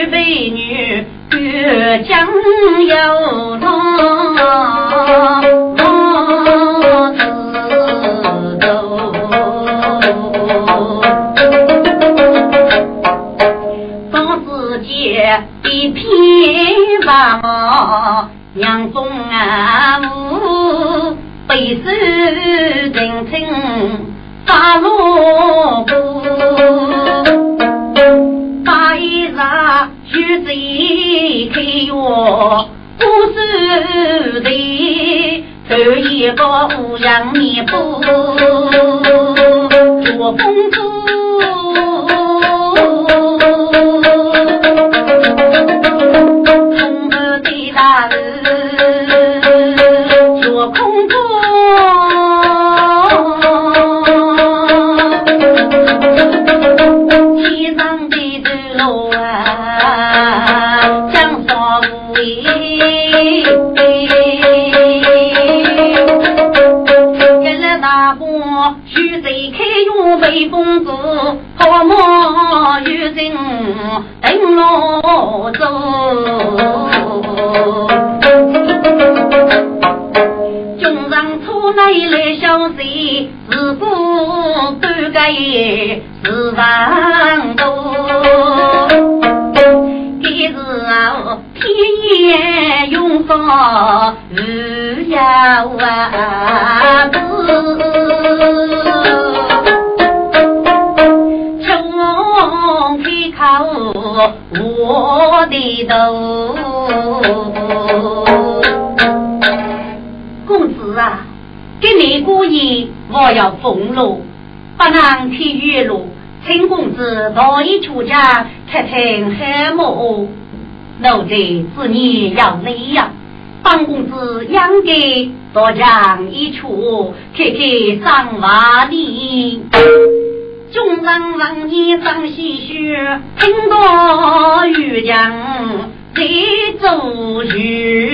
美女越江有龙一片吧，杨宗啊，背手人称发落布，把一扎须贼开我不是的，头一个乌阳面布，做公主。公子好莫与人等罗走，中上出来来消息，自古不该是上多。今日啊，天也用法日要啊我的头，公子啊，给你故意我要俸禄，不能体育路，请公子到一处家看看黑幕。奴才自你要累呀，帮公子养给多讲一处，看看上瓦里。众人望一张细雪，听到雨江在走雨，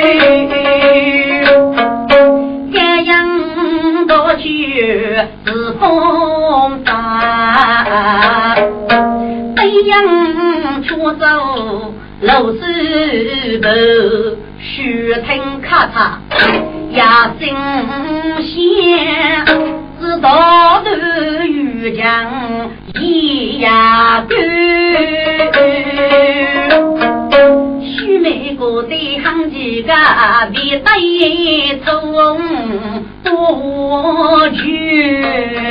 这样多去是风大，这样出走楼是不虚听咔嚓呀心线知道的雨江一呀对，须美国的行几个比带走多去，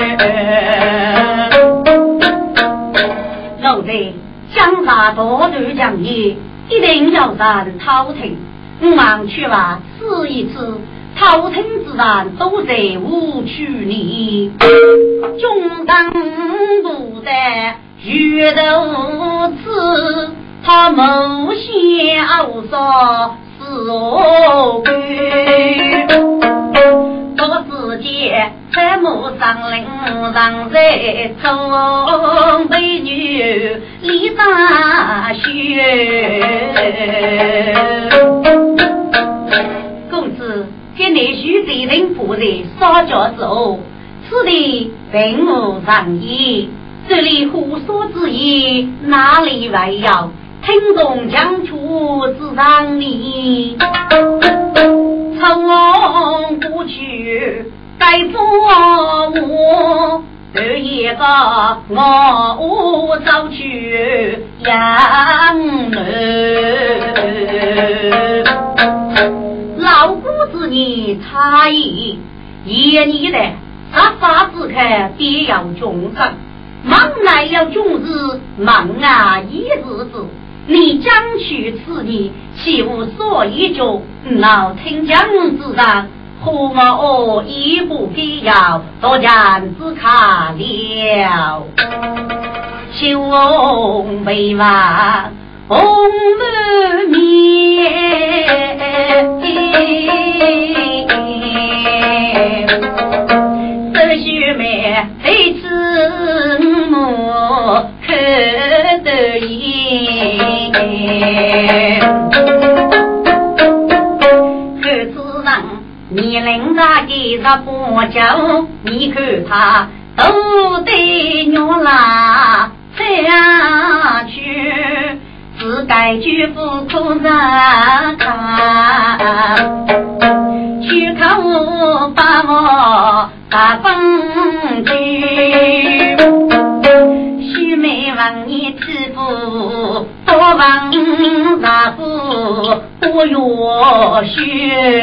老贼想法多的讲义一定要上朝廷，忙去吧试一次。朝廷之然都在无趣里，中当不得遇到此，他某些傲说是我归。多世界在木上领上在冲美女李大雪，公子给你许贼人夫人烧脚手，此地并无上意，这里胡说之意哪里来要听懂讲出自让你从过去该做我这一个我早去养儿，老姑子你差异也你的他法子看必要众生，忙来要众日，忙啊一日子，你将去此你岂无所依就老听讲之上，何我一不必要多然自卡了，秋未完红满面，这须妹非此母可得意，可此上你领他给他不教，你看他都得牛拉下去，只是该举夫苦难看，去口把我大风吹，须眉望你知府多望大夫不若学。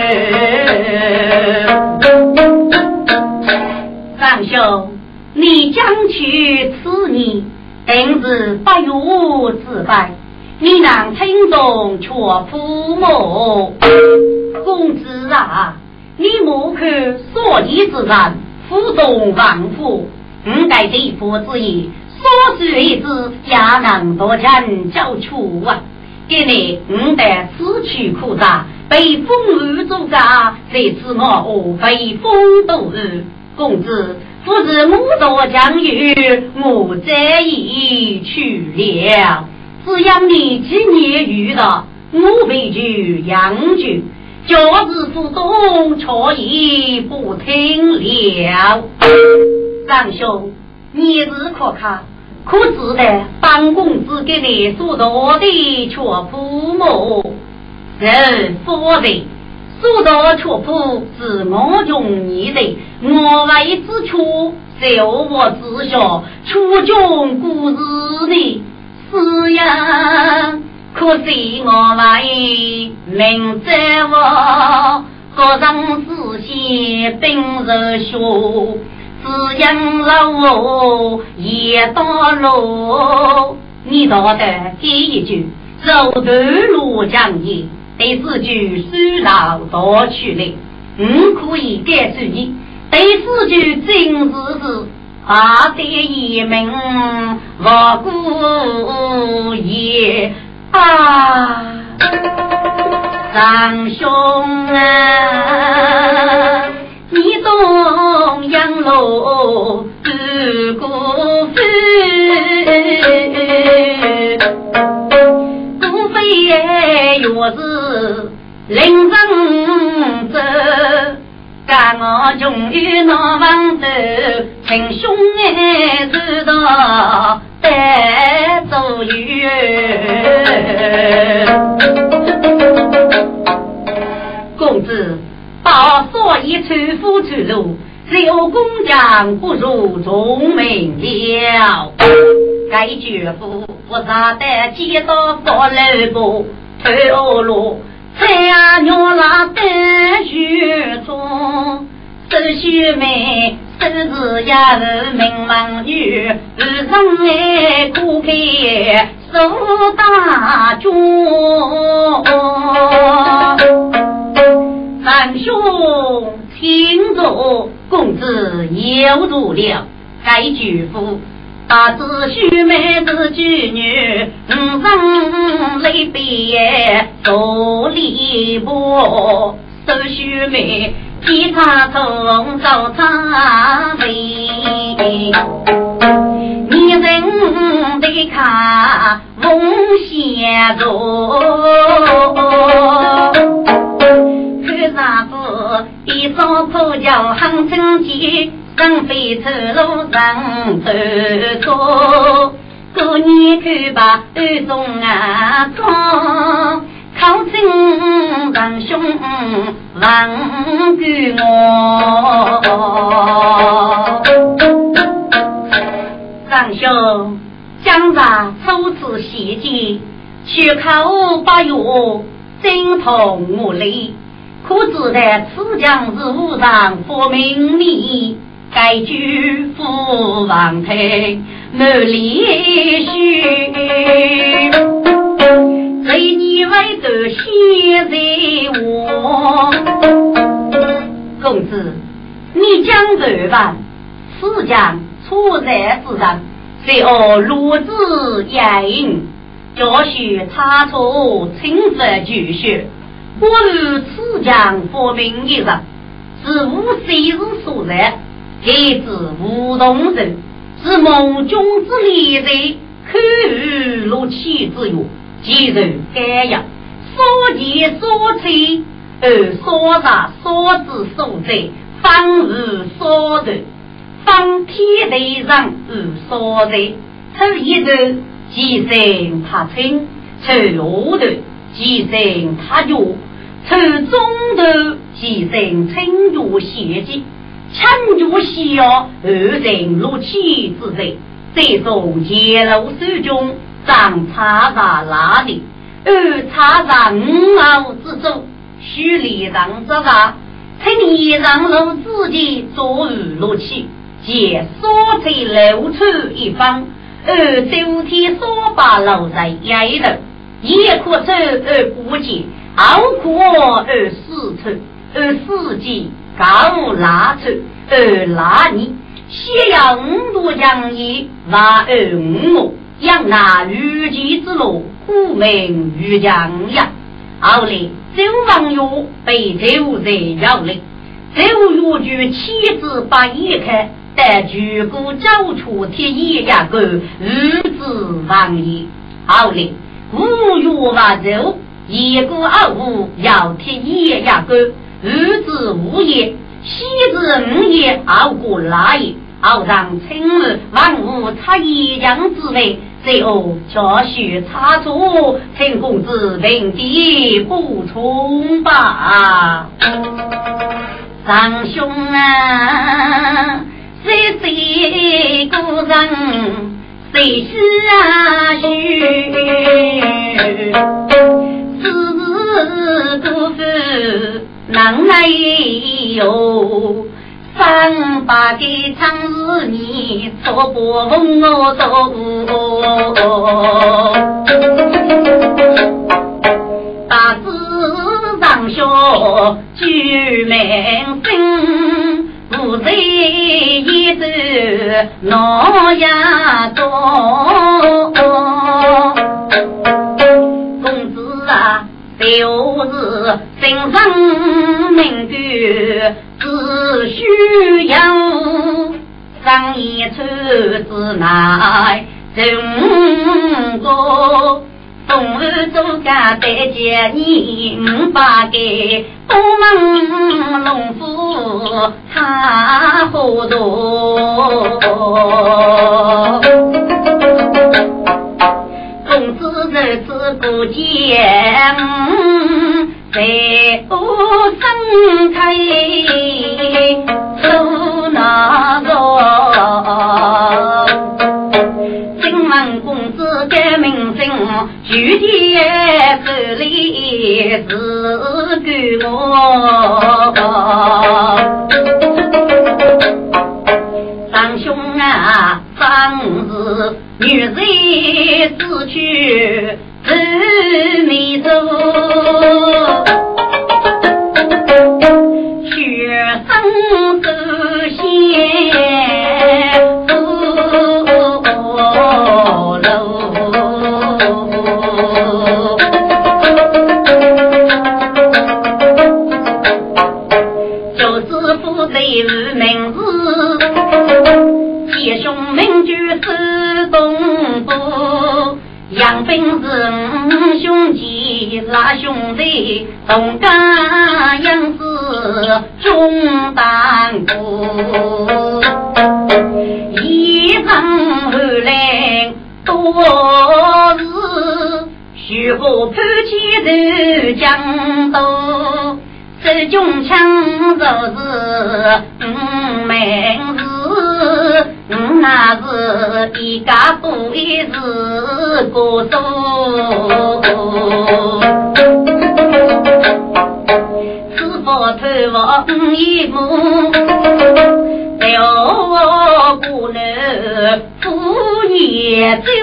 长兄，你将去此你定是不如自败，你让听众却父母。公子啊，你莫看所以之人负重王府，该地府之意所需一之也能多人交出啊，给你得失去苦杂，被风雨阻嘎，这次我被风都日。公子不是我多将于我这一去了，只要你今年遇到我为去养去，就是不动错意不听了。长兄，你是可看可知的帮公子给你所多的却父母是佛的所多却父是我用你的，我为之处就我之下初中故事的是呀，可惜我为明知我各种事情并热学，只因老我也到路，你道的第一句走对路讲义，第四句虽老多去了，可以告诉你，第四句真是大得一名我故也啊，长兄啊，你东阳路自古非不非若是临阵者，干我终于那王子请兄爱知道得走远。公子把所以出夫出路，只有工匠不如聪明了。该绝夫不杀得几多佛楼部推路，才娘拉得学中，是须眉是子呀是名望女，日上来苦开受大众。长兄请坐，公子有如了。该举夫大子须眉子举女，上泪别走离波，手须眉其他从早茶杯，你人得看风险着，可啥子一双破脚行成绩，上飞车路上走走，过年看吧二中啊装，靠近长兄望给我。长兄将在初次袭击，去口八月精通无力，可知的此将是无上佛名利，该举夫王庭没理须，谁你为的现在我。公子你将对办，此将出在之人，虽而如之言，就须查出清色举学，不如此将佛名一人，是无谁日所在，给之无动人，是梦中之利人，可如其之用，既然该样所见所吹，而所达所知所在，方无所得，方天地上无所在，此一日即生他称， 从后头继承他家，从中头继承称家血迹，称家需要二人如妻之人，这种揭露手中长插在哪里，而插在五凹之中，须礼让之上，趁一让路自己作日如妻，借所在露出一方，而周天所把露在压头，也可走而不见，傲可而四处，而四季高拉出而拉你，先要五多养义，瓦而五养那虞姬之路，故名虞将呀。后来周王友被周人要领，周越举妻子把一开，但举国招出铁一牙沟，日子王爷。后来吴越瓦周一个二五要铁一牙沟，日子五夜，西子五夜熬过来也，熬让青日万物差一样之位，最后却许差错，请公子平地补充吧。长兄啊，谁谁故人谁是啊许，是故事难来哟，三八的长日你错不逢我走，大字上学举名声，不在一直闹呀多，公子啊就是身上名句只需要上一处之内整个风雨中家得见你把给东门龙府他糊涂，公子日子不见在不盛开手拿着今晚公子的名声具体这里是给我长兄啊，长日女人死去自迷走，学生之先就是负责名字，接兄名就是东部，杨兵是兄弟拉兄弟，东家杨氏中当部，一上后来多日许我潘起的江都，这种枪就是名字，那是一个不一是过手，是否推我一幕，留我不能不也走。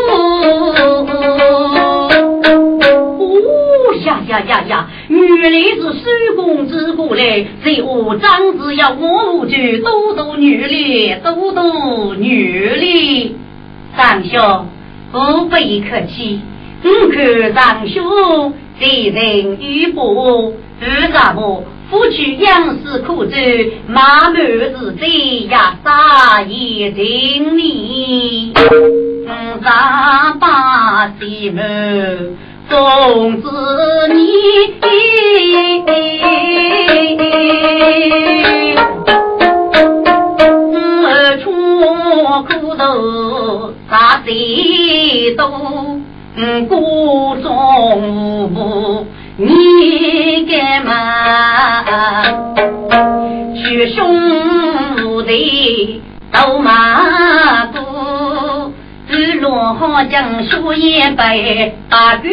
呀！原来是手工之过来，所我张子要我无惧，都女力，都女力。长兄不必客气，看长兄这人与不二啥不夫妻样式苦着，马满是这呀杀也经历，杀把西门公子你出苦头啥谁都孤中无步你干嘛？去兄弟斗马步，日落好将树叶白，把雨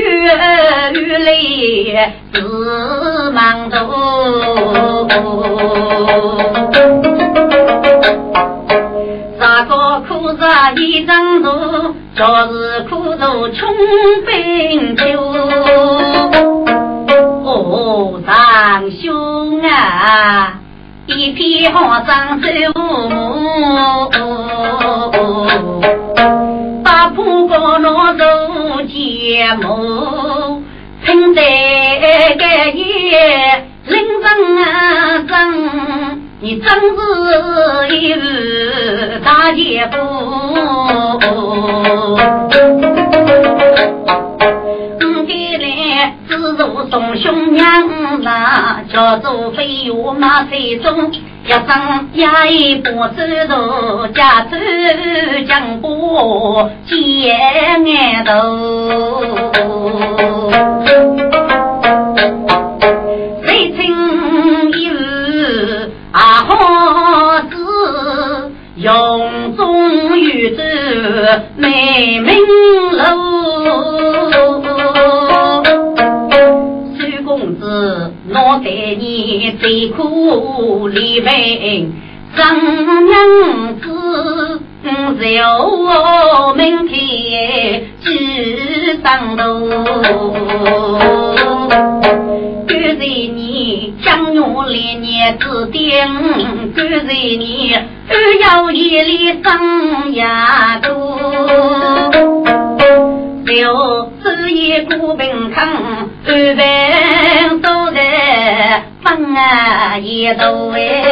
泪自忙走。啥个苦啥一张头，就是苦头穷冰酒。哦，长兄啊，一匹好长手母，把铺个拿走节目，凭得个夜领证啊证。你真是一日大姐夫，给来自如送兄娘啦，叫做飞有马飞中，一生也一波之路，家子将波接眼头。谁称一日啊好子用中玉子美名楼，徐公子我给你最苦里面张娘子只有我明天只上楼，跟着你将我连年指点，跟着你要一里上牙头，就是一股病康二百多的放啊一头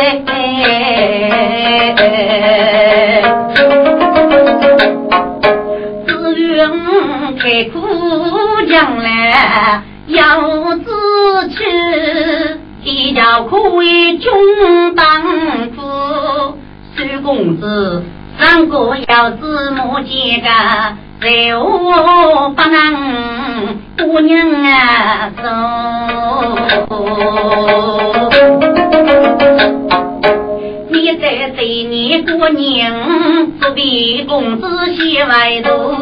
自愿开苦将来要自吃，一条苦为穷当夫。徐公子三个要子母几个，在我不能姑娘啊走。你在对你姑娘不比公子些外头，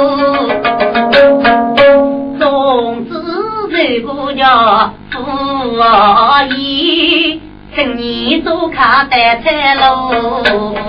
总之这个叫父义，请你走卡在菜路，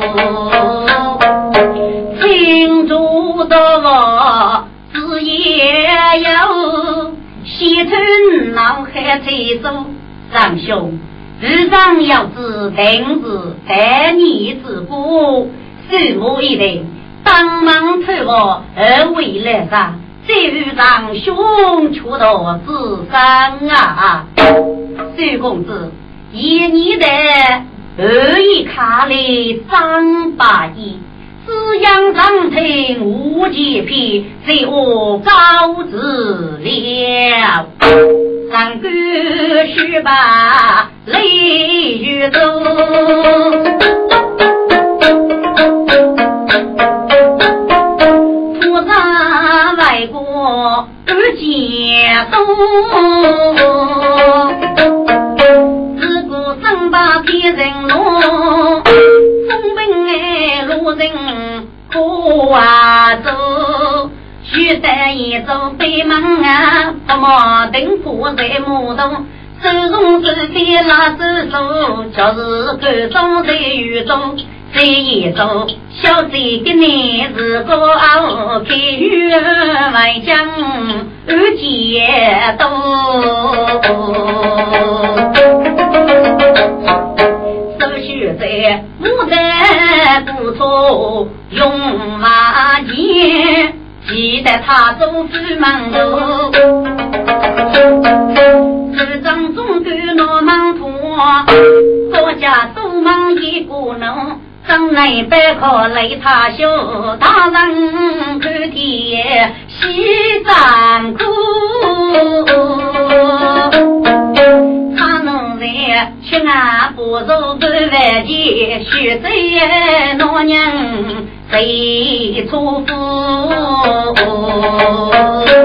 请住的我自也有西村脑海最走长兄，日上要知定是带你之故，事母一定帮忙推我而为了啥，这与长兄出到自伤啊！徐公子以你的恶意卡里张八一，滋养上庭无极皮，随我高子了。三个须把泪雨走，菩萨外国而解冻，自古生把别人弄，风兵哎路人苦啊走，须得一走北门啊，不毛定铺在木洞，手中是别拉手手，就是各种在雨中。这一周小贼的你是个傲开雨外将而解冻，手续在牡丹不错用马剑，记得他走出门头，这张中的罗忙拖国家都忙一股弄，张内北可雷他修，大人看天西山谷，他能在去那不走不外地，许贼老娘谁出夫。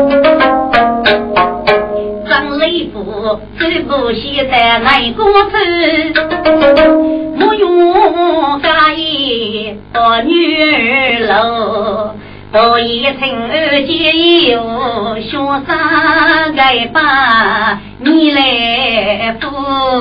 路，这不写在内公子，莫用家业和女儿楼。我一情儿结有学生该把你来扶，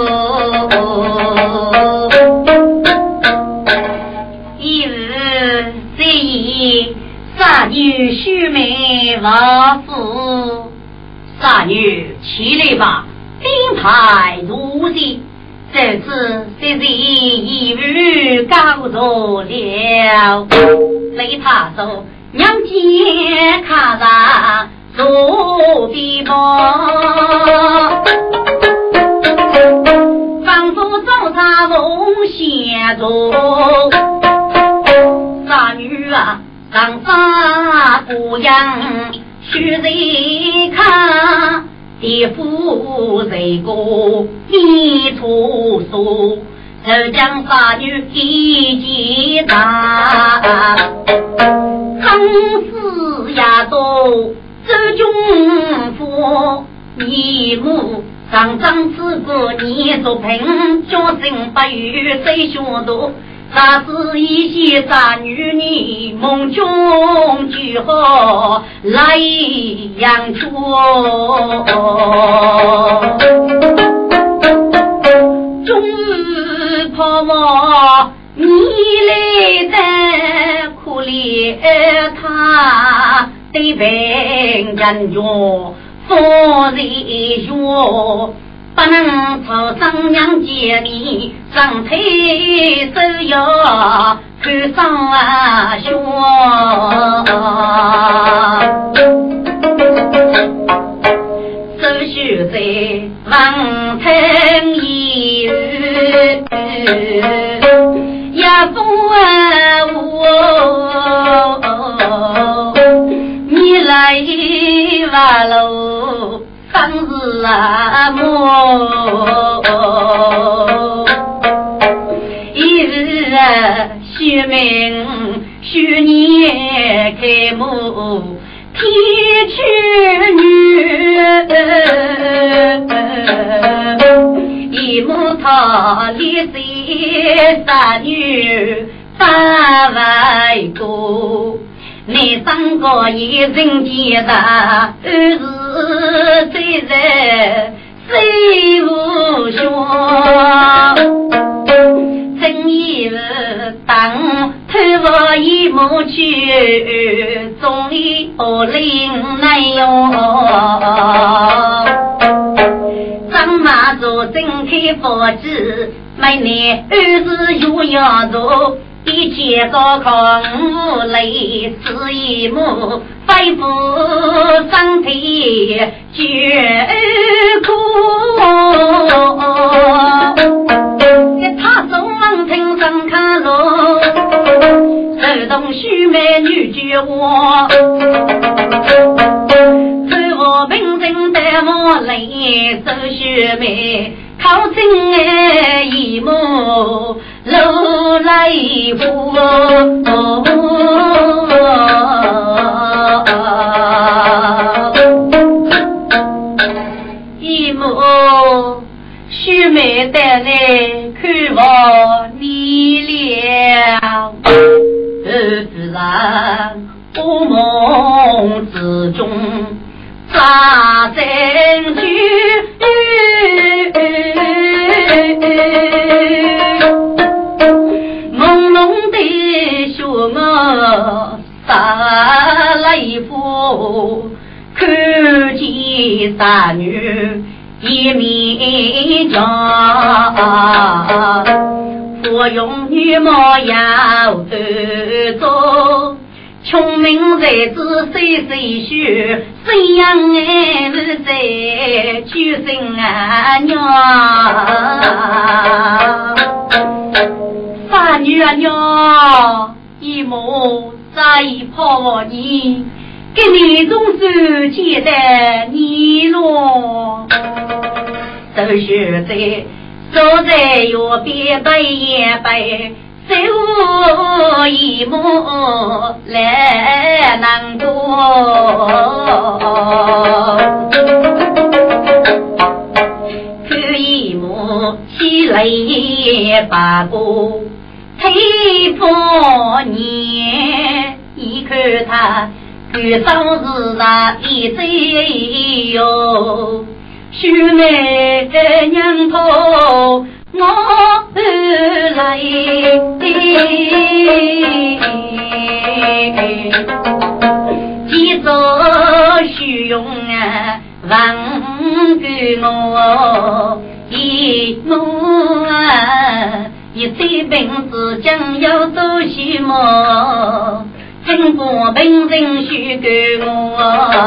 一日这一傻女须眉王夫，傻女起来吧，兵牌如地，这次这是一日高着了，雷他手娘亲看上左臂膀，仿佛早茶梦显中，傻女啊上山不养须人看，地府谁个你出手，这将傻女一记打，康氏亚都周军府，一幕上张此个你作品，叫声不语谁凶多，那是一些傻女你梦中聚合来养出，终日泡沫你来的苦怜他，对病人哟佛里哟，不能朝上娘接你上腿手哟去上学，手续在王城一日也不你来瓦楼生日啊么，一日啊许明许年开幕提去女，一母他立谁傻女八外过，你三个一人结的儿子最人谁无说，正义当头我一母去，终于不领来哟，张马祖正开佛子，每年儿子又要做一切高考无泪是一幕，肺腑身体绝苦，他走往庭上看路，手动须眉女绝我，最后平静的我泪手须眉靠近一幕楼来步，一幕须眉带来看我你了，自然乌梦之中扎进去，朦胧的雪我洒了一幅，看见傻女一面妆，我用女模样走，穷明才知谁谁学，谁样爱是谁去生啊娘，傻女啊娘，一母再泡你，给你种手接的你咯，都是在坐在右边背也背，手一幕来难过， 把过推破年，一看他举上是那一嘴哟，须眉的娘头我来几座虚荣啊忘给我一梦啊一岁本子将要走西么经过本人许给我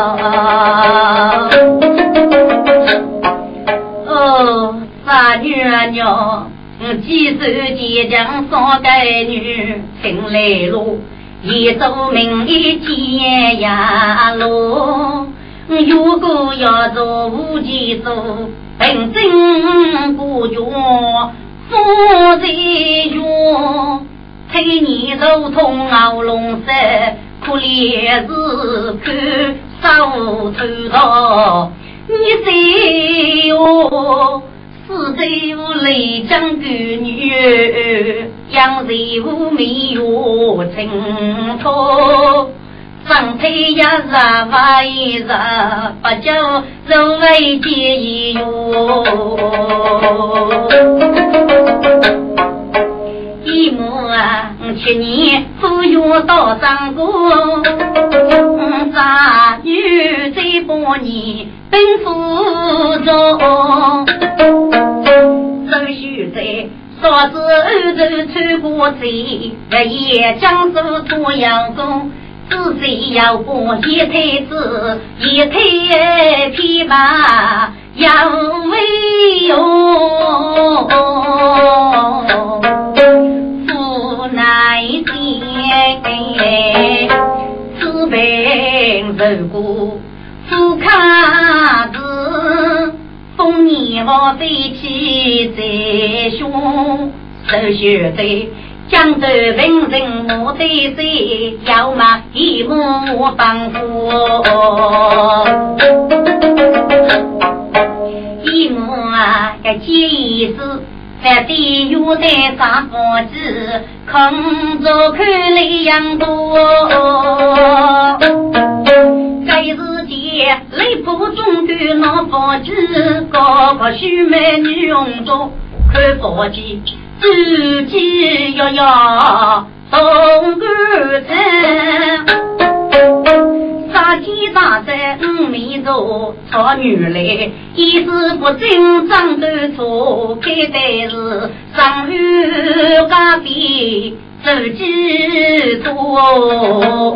哦傻女儿娘几手即将送给女请来路一走明一天呀路如果要做无计做本身不觉负罪哟陪你走通熬龙色苦烈日看手头道你谁哟死贼无泪将个女养贼无没有情头上腿呀啥玩意啥把脚走为介意哟一母啊去年富有到上过傻女这把你奔赴中周须在嫂子儿子出过贼也将手托阳公自己要过一腿子一腿皮马要为哟父乃爹自本受过父卡子风年我飞起在胸手学的江州文人我对谁要嘛一幕帮扶一幕啊个介意思在地有的啥房子空着看里样多该日节雷普中的那房子高高须美女用着看房子自己要送个餐杀鸡打在米肉炒女来一时不正长的错开的是上雨咖啡自己做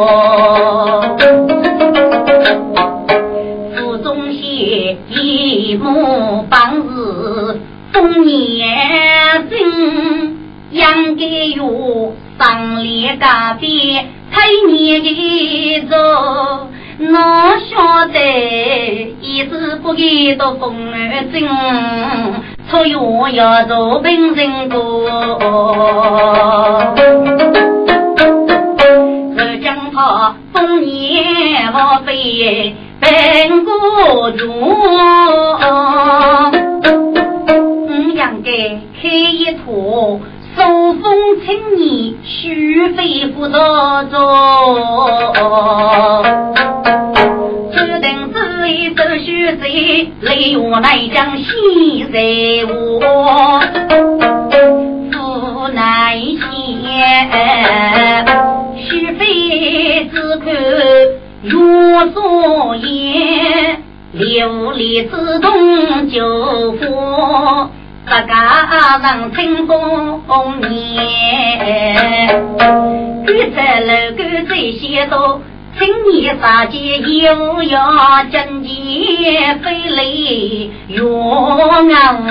府中写一幕帮子丰年正养给有上列咖啡太年的走我晓得一直不给到风儿正所以我要做本人过这将他丰年我飞本过中养给开一坨收风请你许飞不得走只等这一手续谁雷我来将西在我父乃先许飞只可若所言流离自动就佛大家让清风年举在了个这些都请你杀劫又要真结非礼勇敢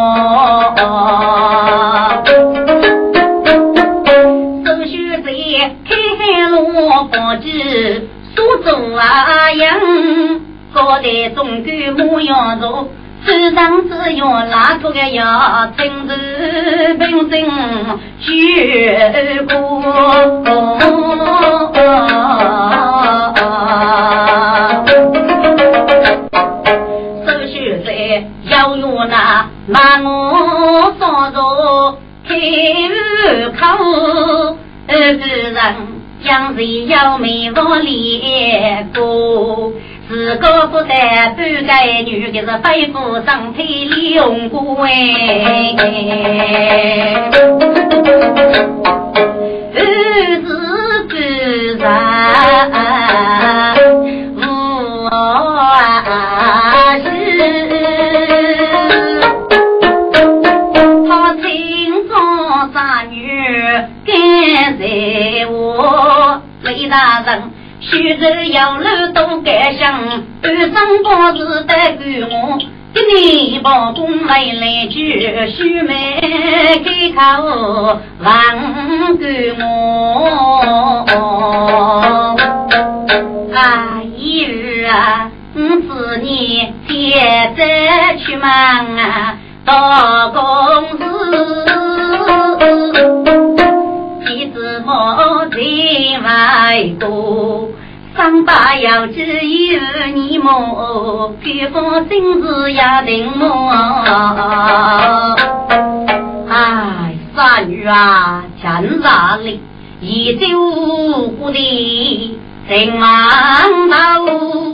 手续在开路法治苏州啊样高台中国模样做世上只有拉出个呀真是本身绝过手续在要用那啊，骂我所做开口，不人养人要没我练过。自个不得不该女的是背负上腿利用过哎，是不然我是他亲生三女跟在我雷大人须知有路都该想，二生多子的给我，给你保公来来去，须没给口还给我。啊，一日啊，子你接着去忙啊，到公司。我在外国上班要只有你么，给封信子要定么？哎，三女啊，强大力，一九不的真忙到，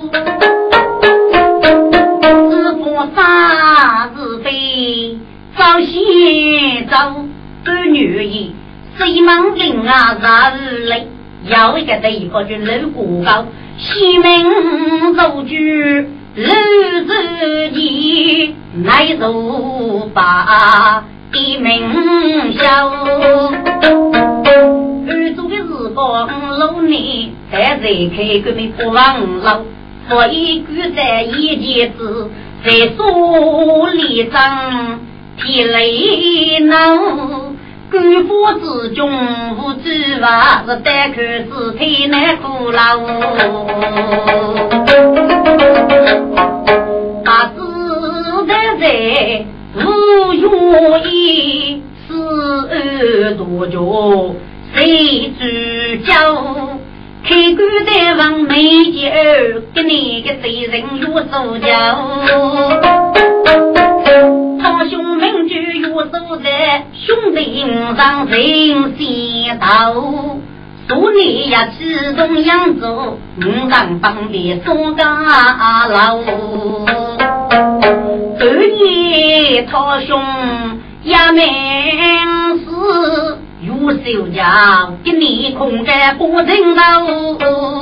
是佛杀是非，早些早不女意。西门岭啊，啥日来？有一个地方就楼过高，西门走句楼自己来走把地名小。二组的日光楼内，在这开个没不忘老，所以居在一节子，在树里上提雷闹。官府之中无知话，是单口是太难苦劳。把子的在无愿意是多久，谁知教？开官的王没接儿，给你个贼人有手脚。兄们就有手在兄弟上人先到，所以呀启动扬州让帮的松家老，二爷他兄也没事有手脚给你控制不人道，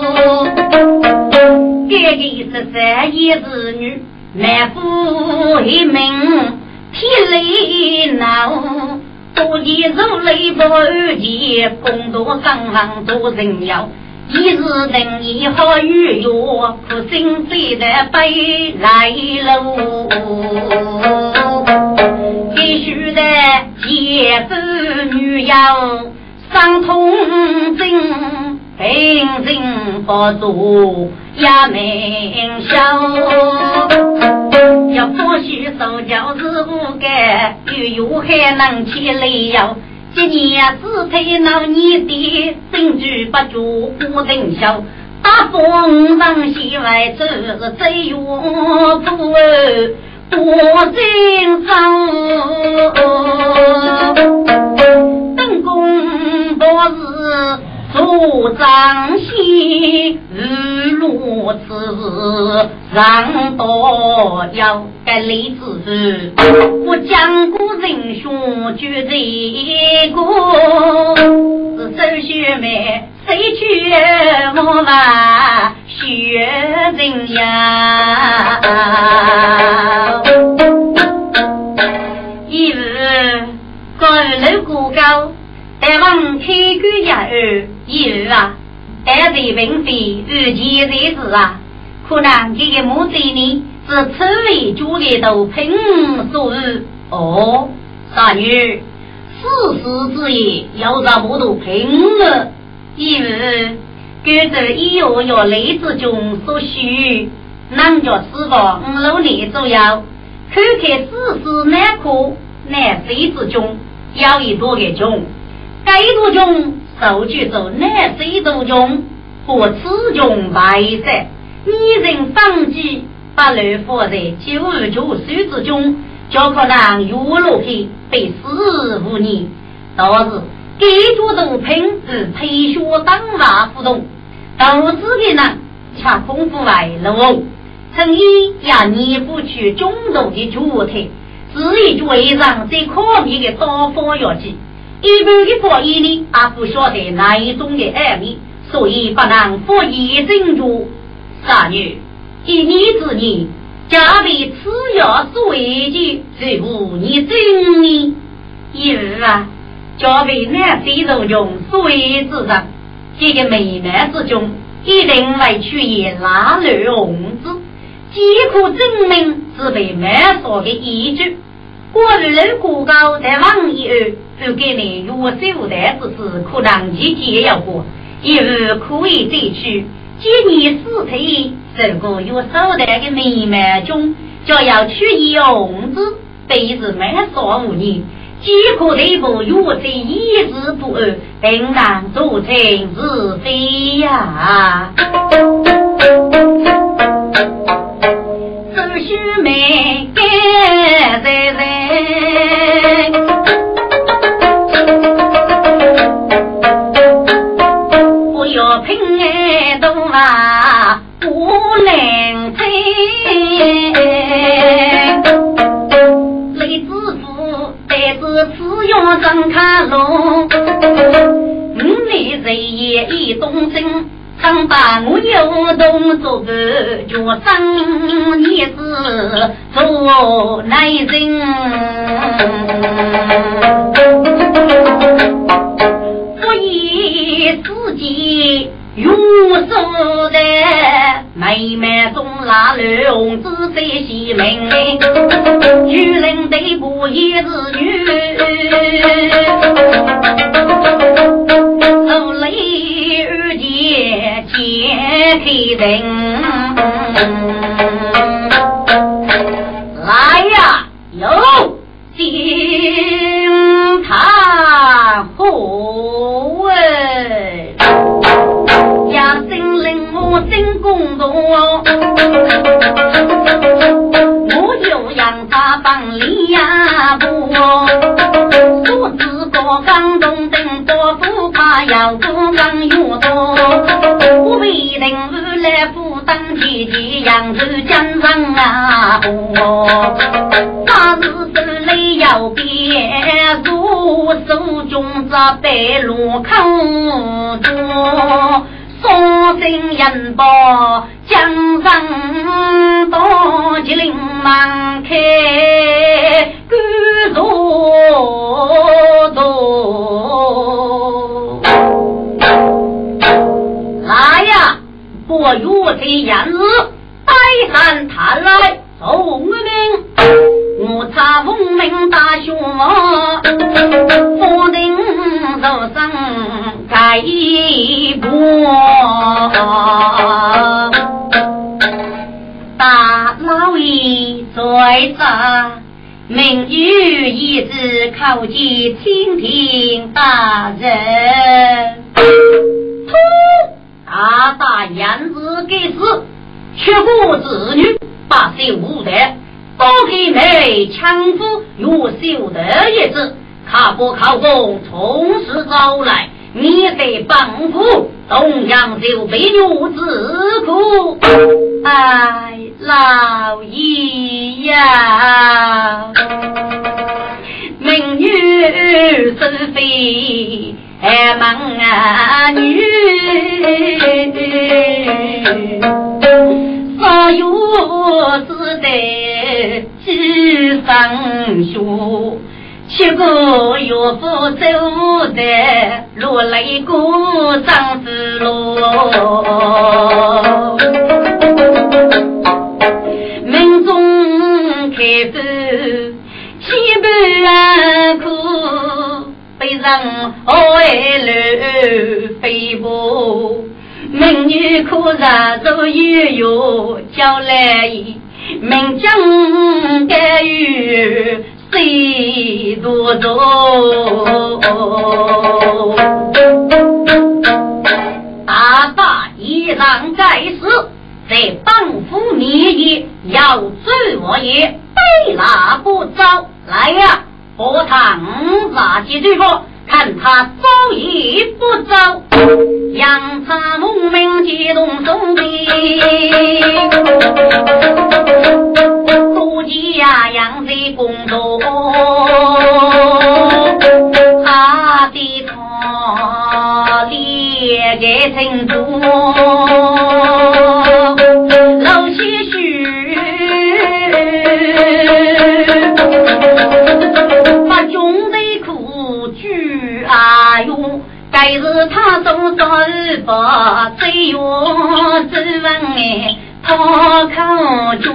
这个是三爷子女满腹一名体力闹，多几肉类不二级，工作上网做人妖，一日等一好雨哟，苦心飞的背来喽。必须的姐夫女妖上通经，平静不足也明晓。要不许手脚是不该，又还能起来哟。今年只配闹你的证据不足不能笑，大风上西外走只有不多经商，等公多日做张戏日落此让多要该理智我讲过人兄绝对过是手学妹谁去我吧学人呀一日高楼过高台湾开局呀一日啊带着并非日记日子啊可能这个目的呢是此类主的都凭所日哦三女四时之夜要让不都凭了一日跟着一有雷之中所需能叫四个楼内左右可看四时难苦难水之中要一多个中该多中手去走难水多中或此中白色你人放弃把雷放在929之中就可能有落去被死无疑。倒是给主都平是培学当娃互动，都是的呢，恰功夫外了。曾以呀，你不去中度的主体，只以为上最可比的多方药剂，一般的法医呢，也不晓得哪一种的暗秘，所以不能服以真主。傻女，以你之念，假为此药所为的，最无你真呢？一日啊，假为那谁都用所为之人，这个美男之中，一定会去以拉绿红子。几乎证明是被满所的依据。过日过高在网一二，就给你入手的只是可能其解要过，一日可以再去。今年四体，如果有手袋的美满中，就要去以红子，被是满所无念。几乎内部有这一日不二，定然做成是非呀。须眉盖在不要凭爱动啊不能听雷之父但是此用张卡龙你人也一动心上把我有动作个就上你是做男人不以自己用手的妹妹中拉龙子在西门女人对不也是女手里二姐解开人来呀有惊叹后哎呀心灵我心公动我有让他帮里呀不数字个刚动等多不怕要不刚有多我为人无来不当姐姐养子江上啊那是是累要别入手中这白路口中送心人报江上多吉林忙开居多多来呀不如这样子带上他来送命我查奉命大雄不定手上改过大老爷在这明日一直靠近蜻蜓大人他大言子给死却不子女把谁无德多给妹强夫有秀的日子考不考公从实招来你得帮扶东阳就被女子苦哎老爷呀明日是非忙啊女所有是得知上书结果岳父走的落泪鼓掌之路门中开始七百苦被人爱了飞步美女哭着走悠悠叫来名将该与谁多多大大一让该死在帮扶你也要罪我也拉不走，来呀，波堂拉起这个，看他走一不走，扬茶牧民激动兄弟，估计呀杨贼公主，他的他列给成都，老些许把穷的苦举啊哟，该是他走走把最有指纹哎他靠着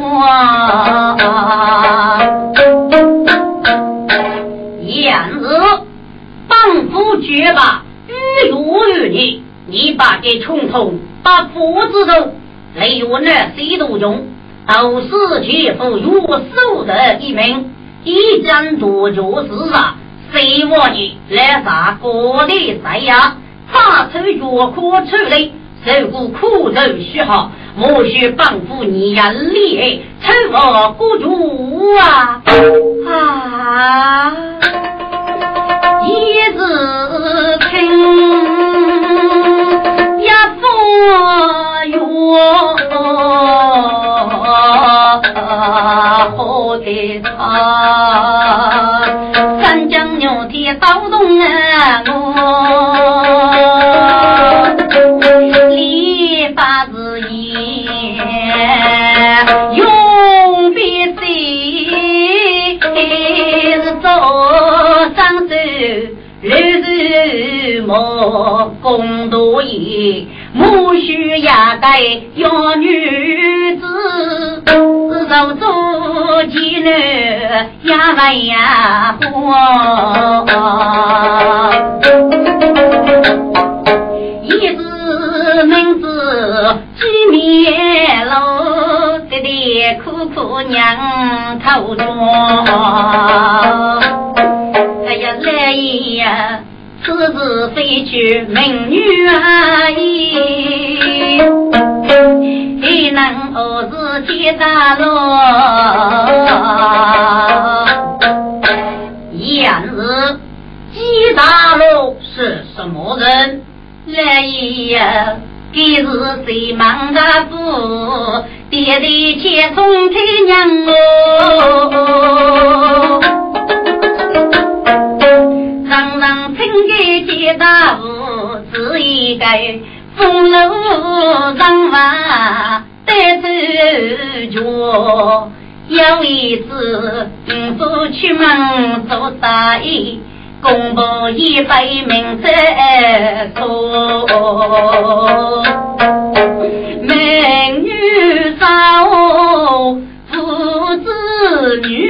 燕子帮夫绝吧日如日你，你把这冲头把脖子都雷有那谁都中，都是绝夫有手的一名，一战多就是啊，谁我你来啥国的赛呀，他抽药苦出来，受过苦头许好，莫许帮夫你眼里抽我孤主啊啊！一字听呀佛哟，好的他三江牛蹄刀动啊我篱笆子也永别谁走上手日日莫共度也，母须呀带有女子手做妓女呀来呀活，一字名字鸡面楼的的苦苦娘头中，哎呀来呀此子非去美女阿姨，一能儿子接大路，燕子接大路是什么人？来呀给是谁忙的夫，爹的切从太娘哦，让人听给接大夫是一个风楼上娃带着脚，有一次不去门做生意，公布一杯名字说美女少父子女，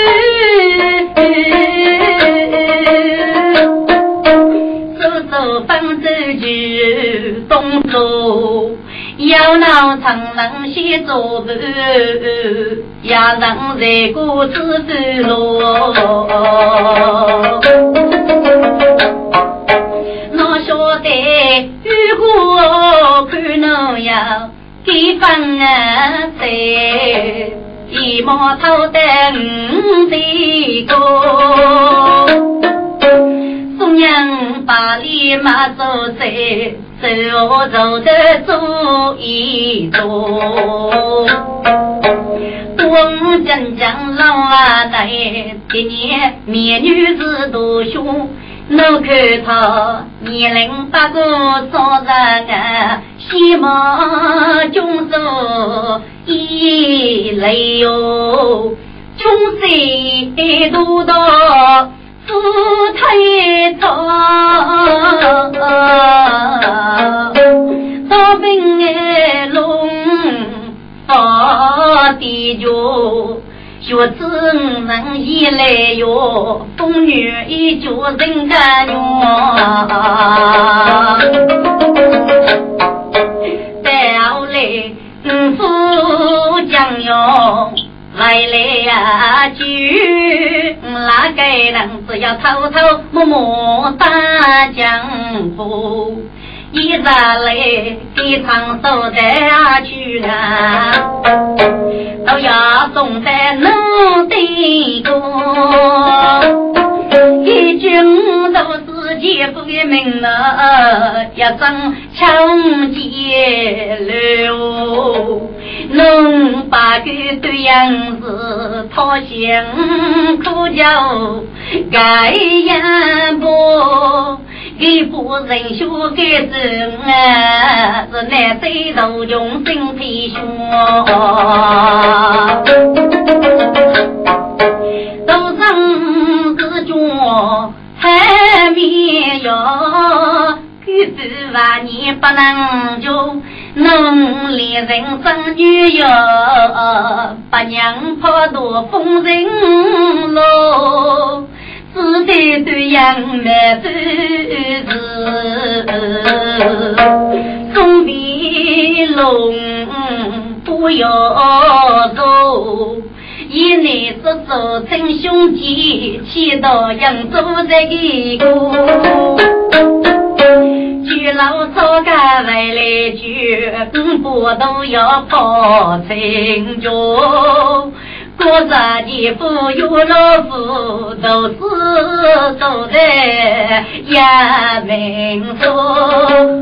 手手分手就动手，要闹常人写作本，要让这个子子路。我晓得如果看侬要给分啊谁，一毛头的的个。送人把里马走谁，走走的走一走，东江江老啊来，今年美女子都凶，我看他年龄八个少人啊，西马中手一类哟，穷谁都到自太长，到兵哎龙发地就学子能一来哟，风雨一就人干哟，到来夫将哟来来呀去，那个人只要偷偷摸摸打江湖，一直来给长寿的去啊，都要送在奴的一军都是劫富的命了，一张抢劫流，能把个对样子讨嫌苦叫该言不给夫人说给真啊，是那谁都用心培训都上自觉还没有可是万年不能就能力人生女友把娘婆多风人喽只得对样没子送的龙不要走以内是手称兄弟祈祷扬州这一个去老早干来来去不都要跑成就过着的富有老夫都是走的也明说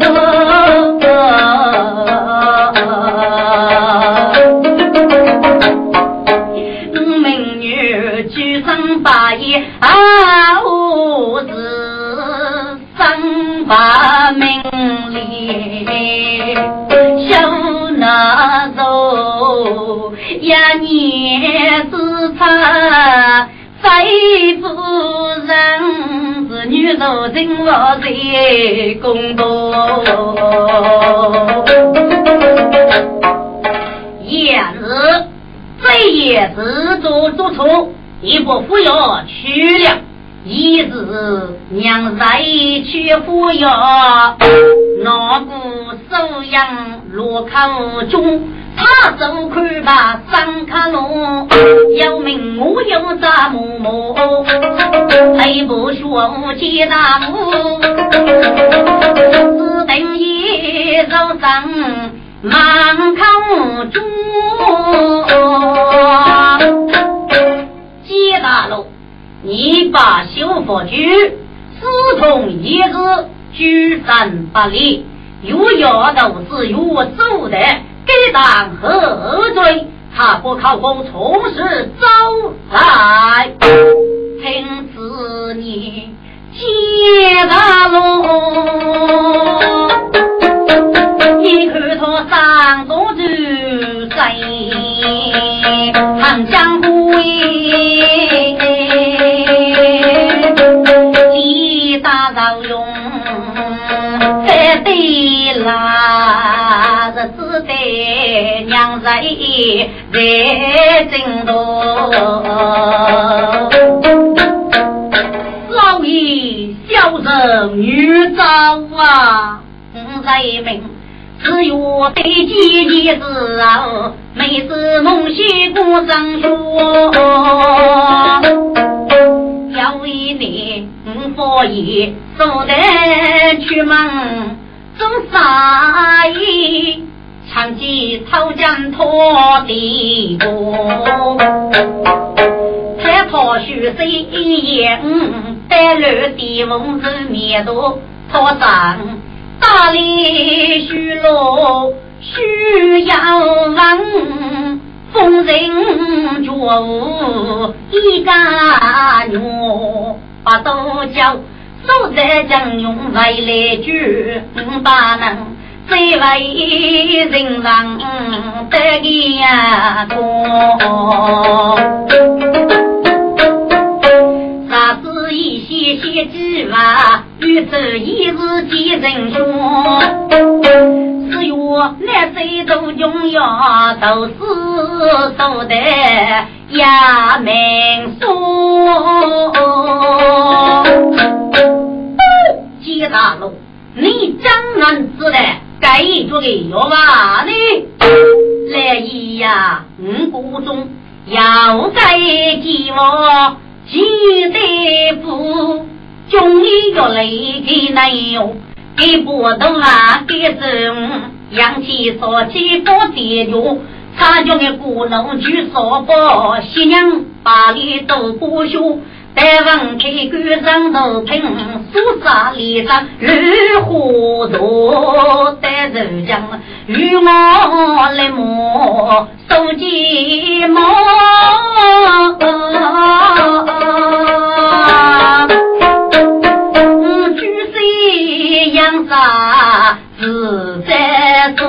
美女居上把一无子上把名利小那走呀你是他非夫人子女都听我的公公也是这也是做错一不服药去了一日娘在去服药那股手养落口中他走开吧三卡龙有名我有杂木木黑不说接大木只等一手上满口中接大路你把修佛居私通一日居三百里有药都是有手的给当何罪他不考公从实招来听此你接大路你可托上多主在唐江湖一大造用在对啦这是的娘在在正多老爷小人女招啊在明只有对姐姐子啊每次梦西鼓上说有一年佛爷走得去忙走啥意长期讨江拖地过太婆许谁也带了地翁子面都拖上大力虚落需要望风人着一家牛把豆角手在将用来来句把能最为人让得意呀多啥子一些些之外与这一日几人说只有那谁都重要都是手的呀明说接大路你将俺知的该做给有吧你来一呀谷中要该给我记得不终于有雷给奶油给波动啊给整阳气所起不跌入他就给古农去所报新娘把里都不修，台湾开关上头平，苏杀里上绿火多，带着将与我来摸手机摸。扬沙自在做，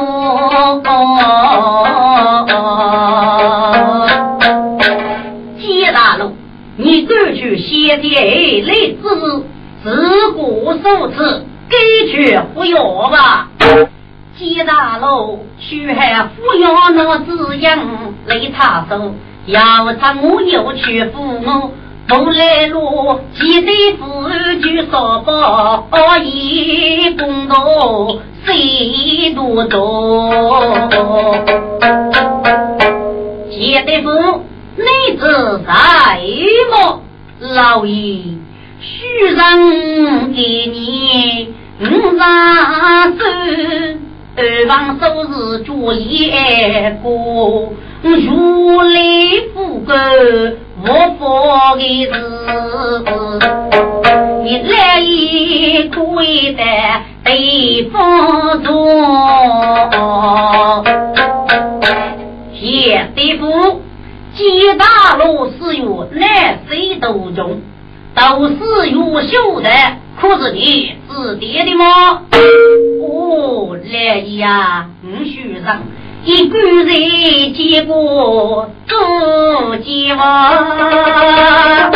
接大路，你对去写的类字，自古受此，给去服药吧。接大路，去还服药那字样雷他手，要让我有去父母。不来路，记得夫句说报，一公道谁都多。记得夫，你这在么？老爷，虚让给你530，二房收拾主业过，如来富贵。我佛的字，你来一亏的北方中，谢地府几大路是有那谁都中，都是优秀的，可是你是爹的吗？哦，来呀，学生。一个人结果做结王，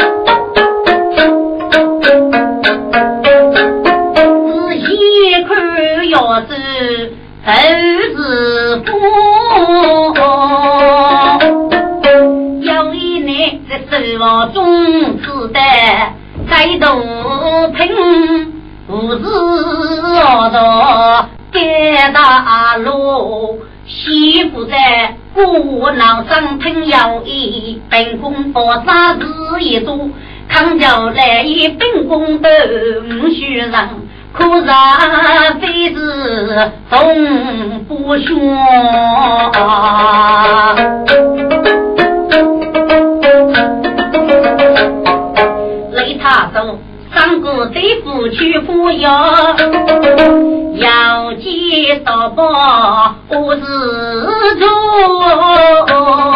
仔细看要是都是福。有一年在手望中子的在东平，不是我的给大路。媳妇在鼓脑上听摇椅，本宫佛杀子一组，康叫来一本宫的虚让，可然非是风不说。雷他走三个对付去服药，要记到报我是做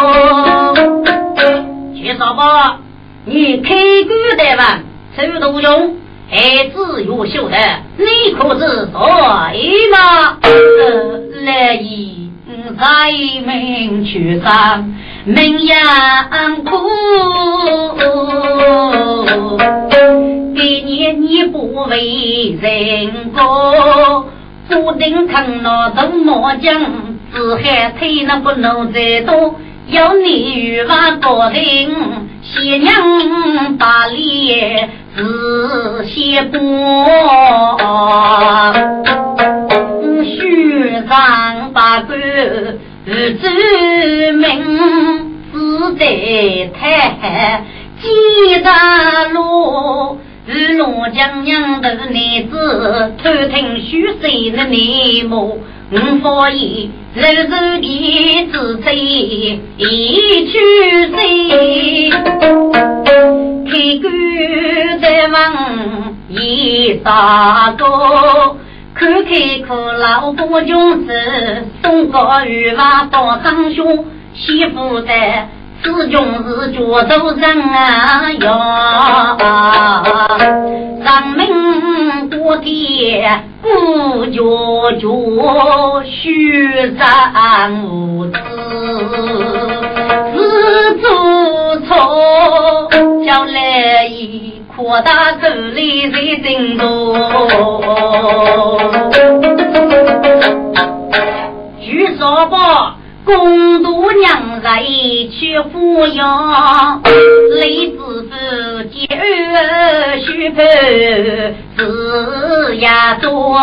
去扫报，你开关的吧手都用孩子优秀的，你可是所以吗？来一在门去上门阳哭，给你不为人过，不能看到都莫讲，只害推那不能再多，要你与我过定，新娘把脸仔细播，虚上把个知名只得太记大路。日落江阳的女子，偷听虚岁的内幕，所以日子的自在一去谁，开关在望一大个，看看老婆穷子，送个玉娃到上学，媳妇在自穷是脚头上啊哟，上门过天不脚脚虚上无子，自做错叫来一扩大口里在顶多，举手吧。公主娘在去抚养，雷子是接儿许配子呀多，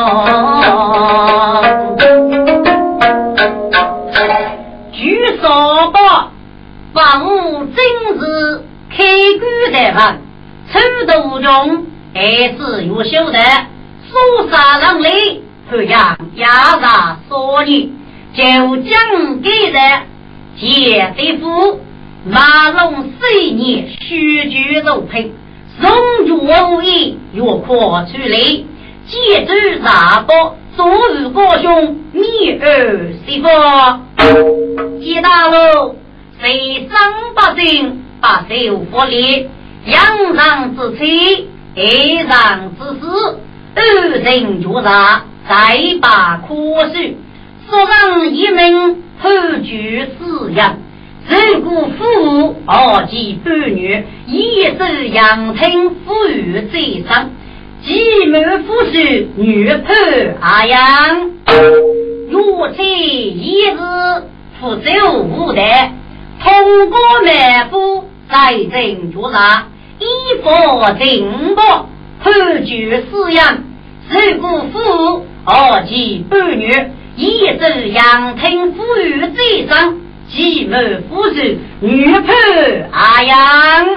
举手吧，房屋真是开关的门，抽头中还是优秀的，苏杀人类这样压榨所女。就将给人借的福马龙4年虚举肉品，荣辱无益，若可处理，借之大波，昨日国兄灭而西佛，接大楼非伤百姓，把手佛力，扬让之气，哀让之事，二人如杀，再把苦事，所让一名后举4人。自古父而及妇女，一是养成妇孺最上，继母夫婿女配阿阳，若妻一日复走无代，通过满夫在正主杀，依佛定国后举4人，自古父而及妇女，一是养成妇孺最上，继母夫婿女配阿阳，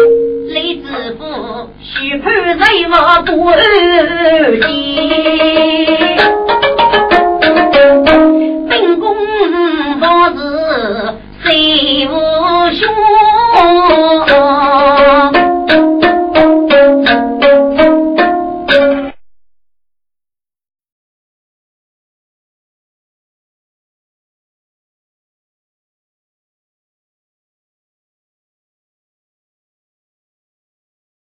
李子夫许配在我不见。